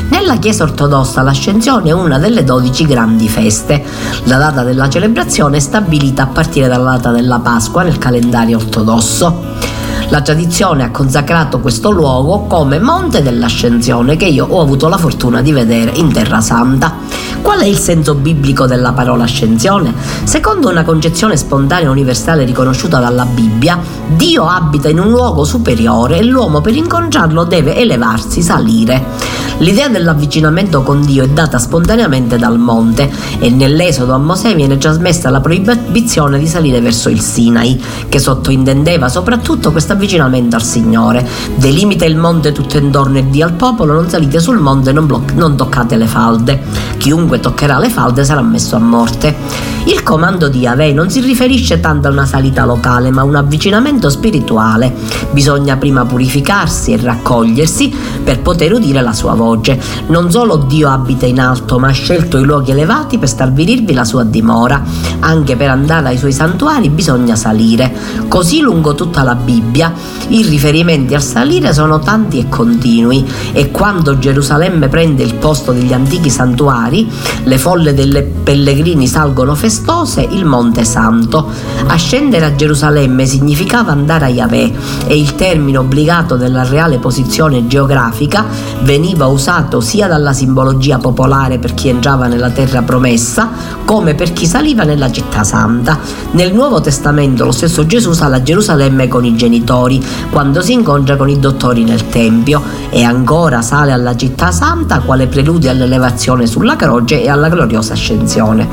Nella Chiesa ortodossa l'Ascensione è una delle 12 grandi feste. La data della celebrazione è stabilita a partire dalla data della Pasqua nel calendario ortodosso. La tradizione ha consacrato questo luogo come Monte dell'Ascensione, che io ho avuto la fortuna di vedere in Terra Santa. Qual è il senso biblico della parola ascensione? Secondo una concezione spontanea universale riconosciuta dalla Bibbia, Dio abita in un luogo superiore e l'uomo per incontrarlo deve elevarsi, salire. L'idea dell'avvicinamento con Dio è data spontaneamente dal monte e nell'Esodo a Mosè viene trasmessa la proibizione di salire verso il Sinai, che sottointendeva soprattutto questo avvicinamento al Signore. Delimita il monte tutto intorno e di al popolo: non salite sul monte, non toccate le falde. Chiunque toccherà le falde sarà messo a morte. Il comando di Yahweh non si riferisce tanto a una salita locale, ma a un avvicinamento spirituale. Bisogna prima purificarsi e raccogliersi per poter udire la sua voce. Non solo Dio abita in alto, ma ha scelto i luoghi elevati per stabilirvi la sua dimora. Anche per andare ai suoi santuari bisogna salire. Così lungo tutta la Bibbia i riferimenti al salire sono tanti e continui, e quando Gerusalemme prende il posto degli antichi santuari, le folle delle pellegrini salgono festose il Monte Santo. Ascendere a Gerusalemme significava andare a Yahweh, e il termine obbligato della reale posizione geografica veniva usato sia dalla simbologia popolare per chi entrava nella terra promessa, come per chi saliva nella città santa. Nel Nuovo Testamento lo stesso Gesù sale a Gerusalemme con i genitori, quando si incontra con i dottori nel Tempio, e ancora sale alla città santa quale preludio all'elevazione sulla croce e alla gloriosa ascensione.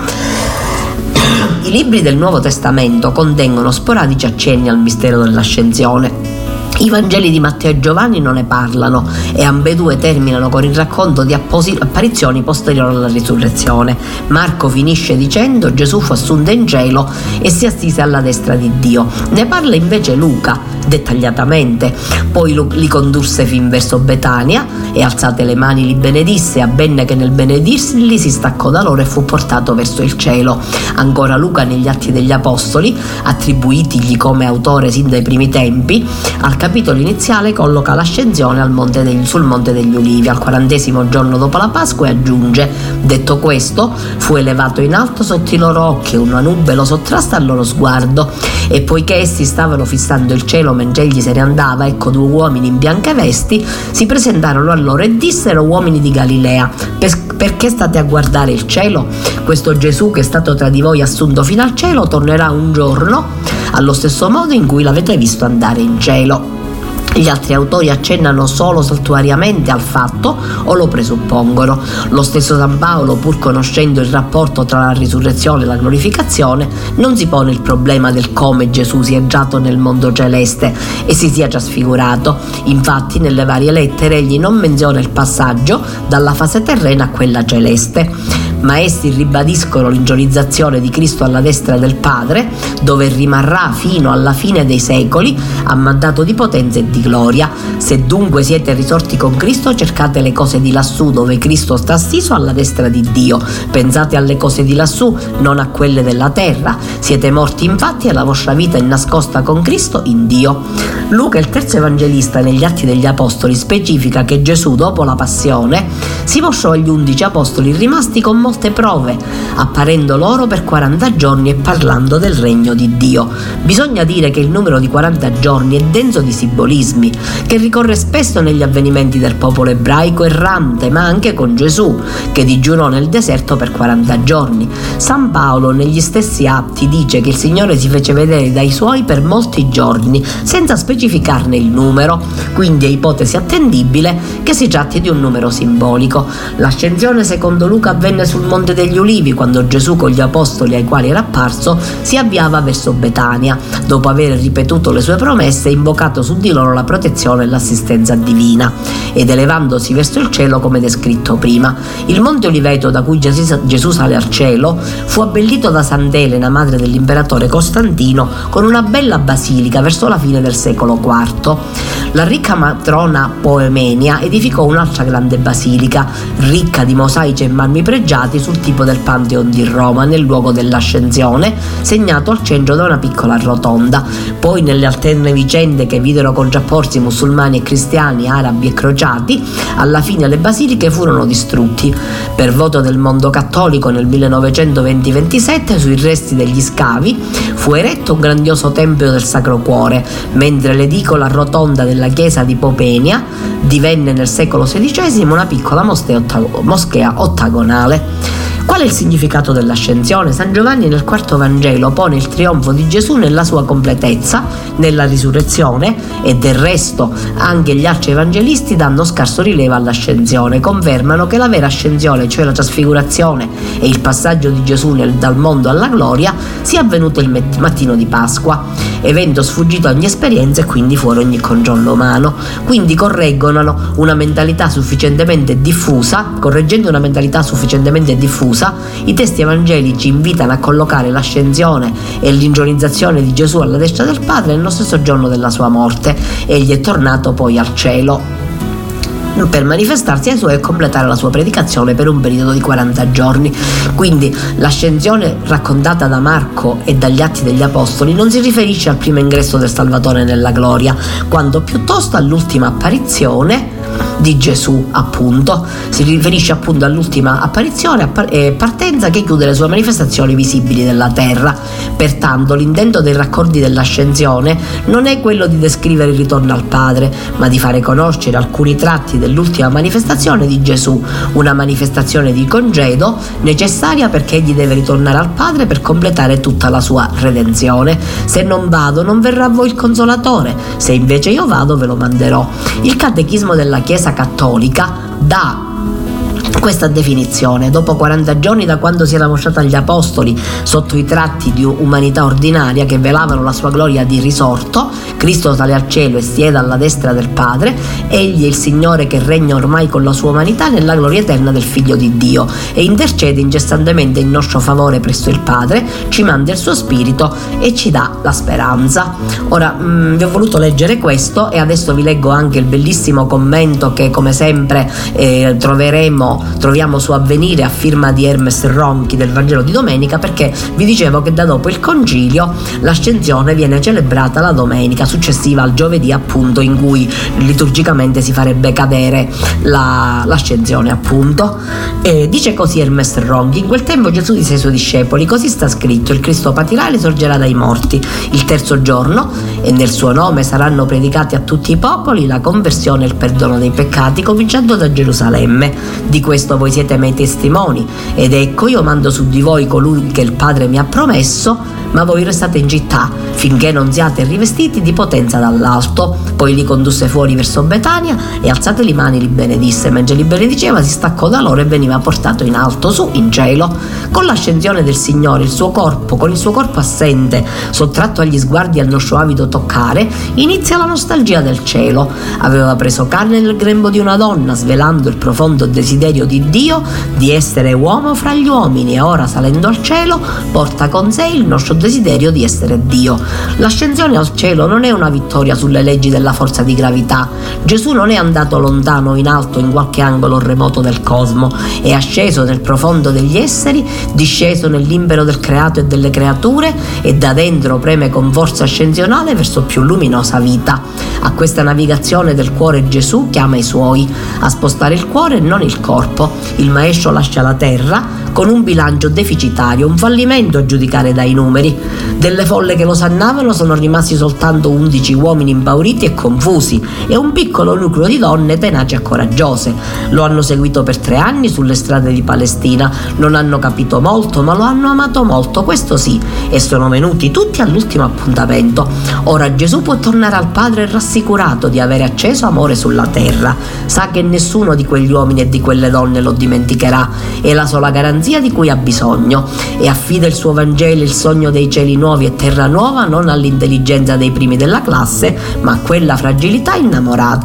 I libri del Nuovo Testamento contengono sporadici accenni al mistero dell'ascensione. I Vangeli di Matteo e Giovanni non ne parlano, e ambedue terminano con il racconto di apparizioni posteriori alla risurrezione. Marco finisce dicendo: Gesù fu assunto in cielo e si assise alla destra di Dio. Ne parla invece Luca dettagliatamente. Poi li condusse fin verso Betania e, alzate le mani, li benedisse. Avvenne che nel benedirli si staccò da loro e fu portato verso il cielo. Ancora Luca, negli Atti degli Apostoli, attribuitigli come autore sin dai primi tempi, al capitolo iniziale colloca l'ascensione sul Monte degli Ulivi, al 40° giorno dopo la Pasqua, e aggiunge: detto questo, fu elevato in alto sotto i loro occhi, e una nube lo sottrasse al loro sguardo. E poiché essi stavano fissando il cielo mentre egli se ne andava, ecco 2 uomini in bianche vesti si presentarono a loro e dissero: uomini di Galilea, perché state a guardare il cielo? Questo Gesù che è stato tra di voi assunto fino al cielo tornerà un giorno allo stesso modo in cui l'avete visto andare in cielo. Gli altri autori accennano solo saltuariamente al fatto o lo presuppongono. Lo stesso San Paolo, pur conoscendo il rapporto tra la risurrezione e la glorificazione, non si pone il problema del come Gesù sia entrato nel mondo celeste e si sia trasfigurato. Infatti, nelle varie lettere egli non menziona il passaggio dalla fase terrena a quella celeste. Ma essi ribadiscono l'ingionizzazione di Cristo alla destra del Padre, dove rimarrà fino alla fine dei secoli, a mandato di potenza e di gloria. Se dunque siete risorti con Cristo, cercate le cose di lassù, dove Cristo sta assiso alla destra di Dio. Pensate alle cose di lassù, non a quelle della terra. Siete morti infatti e la vostra vita è nascosta con Cristo in Dio. Luca, il terzo evangelista, negli Atti degli Apostoli specifica che Gesù, dopo la passione, si mostrò agli 11 apostoli rimasti con molte prove, apparendo loro per 40 giorni e parlando del regno di Dio. Bisogna dire che il numero di 40 giorni è denso di simbolismi, che ricorre spesso negli avvenimenti del popolo ebraico errante, ma anche con Gesù, che digiunò nel deserto per 40 giorni. San Paolo, negli stessi Atti, dice che il Signore si fece vedere dai suoi per molti giorni, senza specificarne il numero, quindi è ipotesi attendibile che si tratti di un numero simbolico. L'ascensione, secondo Luca, avvenne sul Monte degli Ulivi, quando Gesù, con gli apostoli ai quali era apparso, si avviava verso Betania, dopo aver ripetuto le sue promesse e invocato su di loro la protezione e l'assistenza divina, ed elevandosi verso il cielo come descritto prima. Il Monte Oliveto, da cui Gesù sale al cielo, fu abbellito da Sant'Elena, madre dell'imperatore Costantino, con una bella basilica verso la fine del secolo IV. La ricca matrona Poemenia edificò un'altra grande basilica, ricca di mosaici e marmi pregiati, trovati sul tipo del Pantheon di Roma, nel luogo dell'ascensione, segnato al centro da una piccola rotonda. Poi, nelle alterne vicende che videro contrapporsi musulmani e cristiani, arabi e crociati, alla fine le basiliche furono distrutti. Per voto del mondo cattolico nel 1920-27, sui resti degli scavi, fu eretto un grandioso tempio del Sacro Cuore, mentre l'edicola rotonda della chiesa di Popenia divenne nel secolo XVI una piccola moschea ottagonale. Qual è il significato dell'ascensione? San Giovanni nel quarto Vangelo pone il trionfo di Gesù nella sua completezza, nella risurrezione, e del resto anche gli altri evangelisti danno scarso rilievo all'ascensione, confermano che la vera ascensione, cioè la trasfigurazione e il passaggio di Gesù dal mondo alla gloria, sia avvenuto il mattino di Pasqua, evento sfuggito a ogni esperienza e quindi fuori ogni controllo umano. Quindi correggendo una mentalità sufficientemente diffusa, i testi evangelici invitano a collocare l'ascensione e l'ingionizzazione di Gesù alla destra del Padre nello stesso giorno della sua morte. Egli è tornato poi al cielo per manifestarsi ai suoi e completare la sua predicazione per un periodo di 40 giorni. Quindi l'ascensione raccontata da Marco e dagli Atti degli Apostoli non si riferisce al primo ingresso del Salvatore nella gloria, quanto piuttosto all'ultima apparizione di Gesù, appunto. Si riferisce appunto all'ultima apparizione e partenza che chiude le sue manifestazioni visibili della terra. Pertanto l'intento dei racconti dell'ascensione non è quello di descrivere il ritorno al Padre, ma di fare conoscere alcuni tratti dell'ultima manifestazione di Gesù, una manifestazione di congedo necessaria perché egli deve ritornare al Padre per completare tutta la sua redenzione. Se non vado, non verrà a voi il Consolatore; se invece io vado, ve lo manderò. Il Catechismo della Chiesa Cattolica dà questa definizione: dopo 40 giorni da quando si era mostrato agli apostoli sotto i tratti di umanità ordinaria che velavano la sua gloria di risorto, Cristo sale al cielo e siede alla destra del Padre. Egli è il Signore che regna ormai con la sua umanità nella gloria eterna del Figlio di Dio e intercede incessantemente in nostro favore presso il Padre, ci manda il suo Spirito e ci dà la speranza. Ora vi ho voluto leggere questo e adesso vi leggo anche il bellissimo commento che, come sempre, troviamo su Avvenire a firma di Hermes Ronchi del Vangelo di domenica, perché vi dicevo che da dopo il concilio l'ascensione viene celebrata la domenica successiva al giovedì, appunto, in cui liturgicamente si farebbe cadere l'ascensione, appunto. E dice così Hermes Ronchi: in quel tempo Gesù disse ai suoi discepoli: così sta scritto, il Cristo patirà e risorgerà dai morti il terzo giorno, e nel suo nome saranno predicati a tutti i popoli la conversione e il perdono dei peccati, cominciando da Gerusalemme. Di questo voi siete miei testimoni, ed ecco io mando su di voi colui che il Padre mi ha promesso, ma voi restate in città finché non siate rivestiti di potenza dall'alto. Poi li condusse fuori verso Betania e alzate le mani li benedisse. Mentre li benediceva si staccò da loro e veniva portato in alto su in cielo. Con l'ascensione del Signore con il suo corpo assente, sottratto agli sguardi e al nostro avido toccare, inizia la nostalgia del cielo. Aveva preso carne nel grembo di una donna, svelando il profondo desiderio di Dio di essere uomo fra gli uomini, e ora salendo al cielo porta con sé il nostro desiderio di essere Dio. L'ascensione al cielo non è una vittoria sulle leggi della forza di gravità. Gesù non è andato lontano in alto in qualche angolo remoto del cosmo, è asceso nel profondo degli esseri, disceso nell'impero del creato e delle creature, e da dentro preme con forza ascensionale verso più luminosa vita. A questa navigazione del cuore Gesù chiama i suoi a spostare il cuore e non il corpo. Il maestro lascia la terra con un bilancio deficitario, un fallimento a giudicare dai numeri. Delle folle che lo sannavano sono rimasti soltanto 11 uomini impauriti e confusi e un piccolo nucleo di donne tenaci e coraggiose. Lo hanno seguito per 3 anni sulle strade di Palestina, non hanno capito molto ma lo hanno amato molto, questo sì, e sono venuti tutti all'ultimo appuntamento. Ora Gesù può tornare al Padre rassicurato di avere acceso amore sulla terra, sa che nessuno di quegli uomini e di quelle donne lo dimenticherà, è la sola garanzia di cui ha bisogno, e affida il suo Vangelo, il sogno dei cieli nuovi e terra nuova, non all'intelligenza dei primi della classe, ma a quella fragilità innamorata.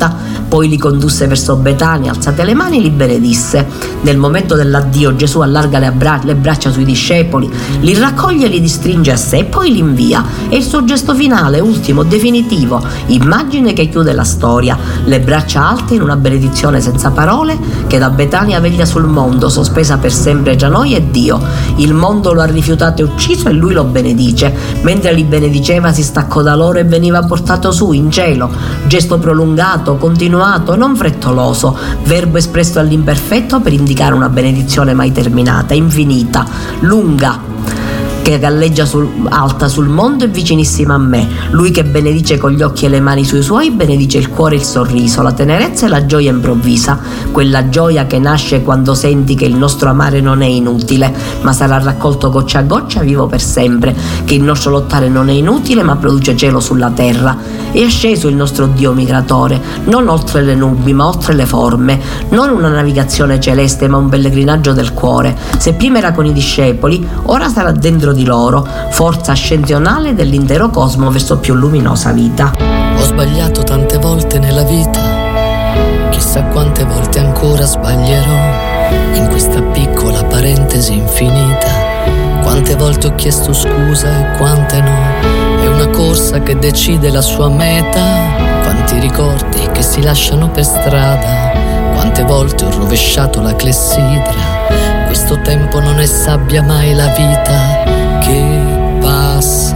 Poi li condusse verso Betania, alzate le mani li benedisse. Nel momento dell'addio Gesù allarga le braccia sui discepoli, li raccoglie e li stringe a sé e poi li invia. È il suo gesto finale, ultimo, definitivo, immagine che chiude la storia, le braccia alte in una benedizione senza parole che da Betania veglia sul mondo, sospesa per sempre tra noi e Dio. Il mondo lo ha rifiutato e ucciso e lui lo benedice. Mentre li benediceva si staccò da loro e veniva portato su in cielo. Gesto prolungato, continuato, non frettoloso, verbo espresso all'imperfetto per indicare una benedizione mai terminata, infinita, lunga, che galleggia alta sul mondo e vicinissima a me. Lui che benedice con gli occhi e le mani sui suoi, benedice il cuore e il sorriso, la tenerezza e la gioia improvvisa, quella gioia che nasce quando senti che il nostro amare non è inutile, ma sarà raccolto goccia a goccia vivo per sempre, che il nostro lottare non è inutile ma produce cielo sulla terra. È asceso il nostro Dio migratore, non oltre le nubi ma oltre le forme, non una navigazione celeste ma un pellegrinaggio del cuore. Se prima era con i discepoli, ora sarà dentro di loro, forza ascensionale dell'intero cosmo verso più luminosa vita. Ho sbagliato tante volte nella vita, chissà quante volte ancora sbaglierò in questa piccola parentesi infinita. Quante volte ho chiesto scusa e quante no, è una corsa che decide la sua meta. Quanti ricordi che si lasciano per strada, quante volte ho rovesciato la clessidra. Questo tempo non è sabbia mai la vita che passa,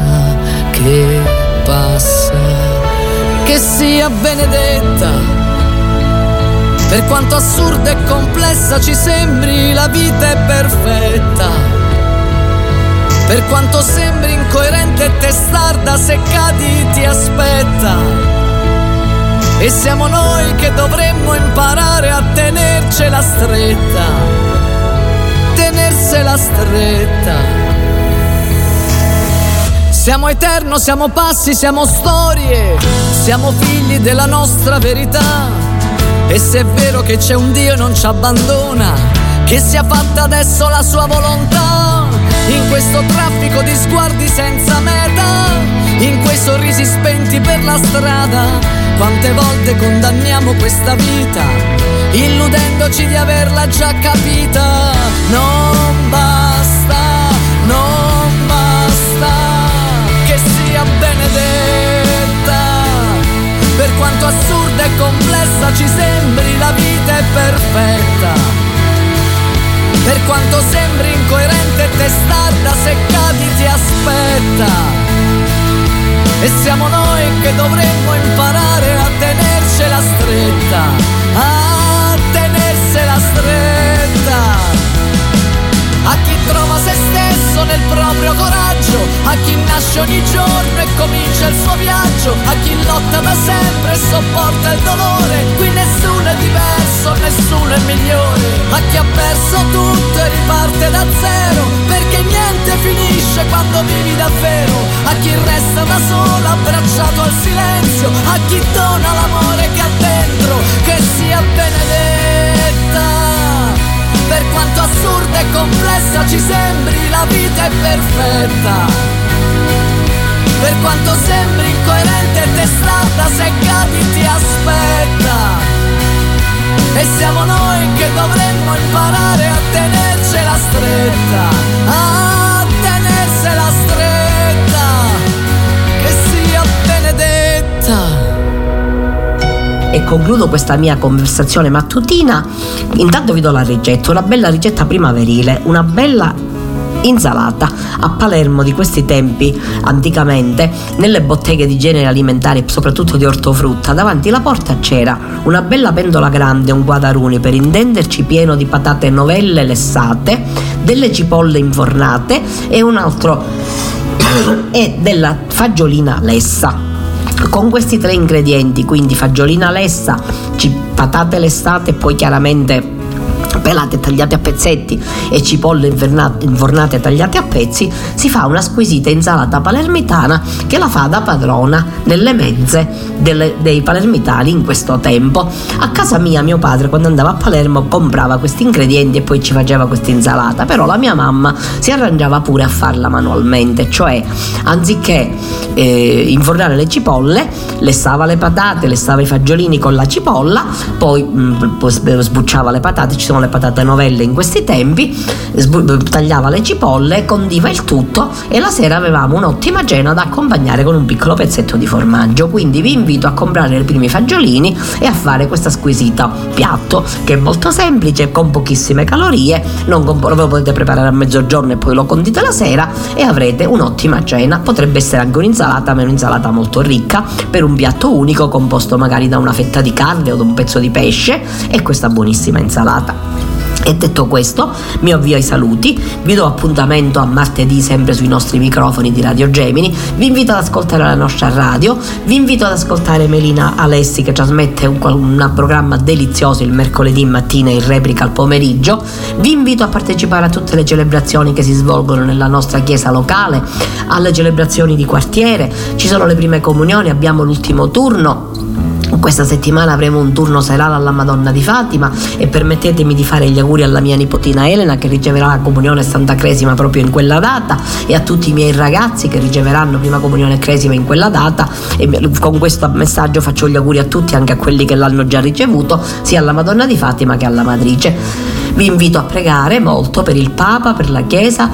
che sia benedetta. Per quanto assurda e complessa ci sembri, la vita è perfetta. Per quanto sembri incoerente e testarda, se cadi ti aspetta. E siamo noi che dovremmo imparare a tenercela stretta, tenersela stretta. Siamo eterno, siamo passi, siamo storie, siamo figli della nostra verità. E se è vero che c'è un Dio e non ci abbandona, che sia fatta adesso la sua volontà. In questo traffico di sguardi senza meta, in quei sorrisi spenti per la strada, quante volte condanniamo questa vita, illudendoci di averla già capita. Non basta, non basta che sia benedetta. Per quanto assurda e complessa ci sembri, la vita è perfetta. Per quanto sembri incoerente e testarda, se cadi ti aspetta. E siamo noi che dovremmo imparare a tenercela stretta, a tenersela stretta. A chi trova se stesso nel proprio coraggio, a chi nasce ogni giorno e comincia il suo viaggio, a chi lotta da sempre e sopporta il dolore. Qui nessuno è diverso, nessuno è migliore. A chi ha perso tutto e riparte da zero, perché niente finisce quando vivi davvero. A chi resta da solo abbracciato al silenzio, a chi dona l'amore che ha dentro, che sia benedetta. Per quanto assurda e complessa ci sembri, la vita è perfetta. Per quanto sembri incoerente e testarda, se cadi ti aspetta. E siamo noi che dovremmo imparare a tenercela stretta, a tenersela stretta, che sia benedetta. E concludo questa mia conversazione mattutina. Intanto vi do la ricetta, una bella ricetta primaverile, una bella insalata. A Palermo di questi tempi, anticamente, nelle botteghe di generi alimentari, soprattutto di ortofrutta, davanti alla porta c'era una bella pentola grande, un guadaruni per intenderci, pieno di patate novelle lessate, delle cipolle infornate e un altro e della fagiolina lessa. Con questi tre ingredienti, quindi fagiolina lessa, patate lessate e poi chiaramente pelate tagliate a pezzetti e cipolle infornate tagliate a pezzi, si fa una squisita insalata palermitana che la fa da padrona nelle mezze dei palermitani in questo tempo. A casa mia mio padre, quando andava a Palermo, comprava questi ingredienti e poi ci faceva questa insalata, però la mia mamma si arrangiava pure a farla manualmente, cioè anziché infornare le cipolle, lessava le patate, lessava i fagiolini con la cipolla, poi sbucciava le patate, ci sono le patate novelle in questi tempi, tagliava le cipolle, condiva il tutto e la sera avevamo un'ottima cena da accompagnare con un piccolo pezzetto di formaggio. Quindi vi invito a comprare i primi fagiolini e a fare questa squisita piatto che è molto semplice, con pochissime calorie, lo potete preparare a mezzogiorno e poi lo condite la sera e avrete un'ottima cena. Potrebbe essere anche un'insalata, ma è un'insalata molto ricca per un piatto unico composto magari da una fetta di carne o da un pezzo di pesce e questa buonissima insalata. E detto questo, mi avvio ai saluti, vi do appuntamento a martedì sempre sui nostri microfoni di Radio Gemini, vi invito ad ascoltare la nostra radio, vi invito ad ascoltare Melina Alessi che trasmette un programma delizioso il mercoledì mattina e in replica al pomeriggio, vi invito a partecipare a tutte le celebrazioni che si svolgono nella nostra chiesa locale, alle celebrazioni di quartiere, ci sono le prime comunioni, abbiamo l'ultimo turno. Questa settimana avremo un turno serale alla Madonna di Fatima e permettetemi di fare gli auguri alla mia nipotina Elena che riceverà la comunione e Santa Cresima proprio in quella data e a tutti i miei ragazzi che riceveranno prima comunione e Cresima in quella data, e con questo messaggio faccio gli auguri a tutti, anche a quelli che l'hanno già ricevuto, sia alla Madonna di Fatima che alla Matrice. Vi invito a pregare molto per il Papa, per la Chiesa,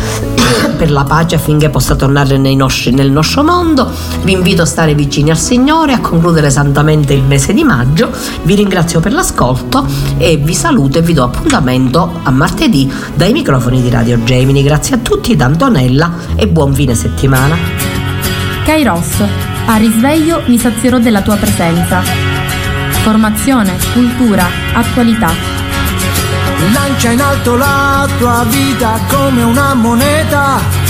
per la pace affinché possa tornare nel nostro mondo. Vi invito a stare vicini al Signore, a concludere santamente il mese di maggio. Vi ringrazio per l'ascolto e vi saluto e vi do appuntamento a martedì dai microfoni di Radio Gemini. Grazie a tutti da Antonella e buon fine settimana. Kairos, a risveglio mi sazierò della tua presenza. Formazione, cultura, attualità. Lancia in alto la tua vita come una moneta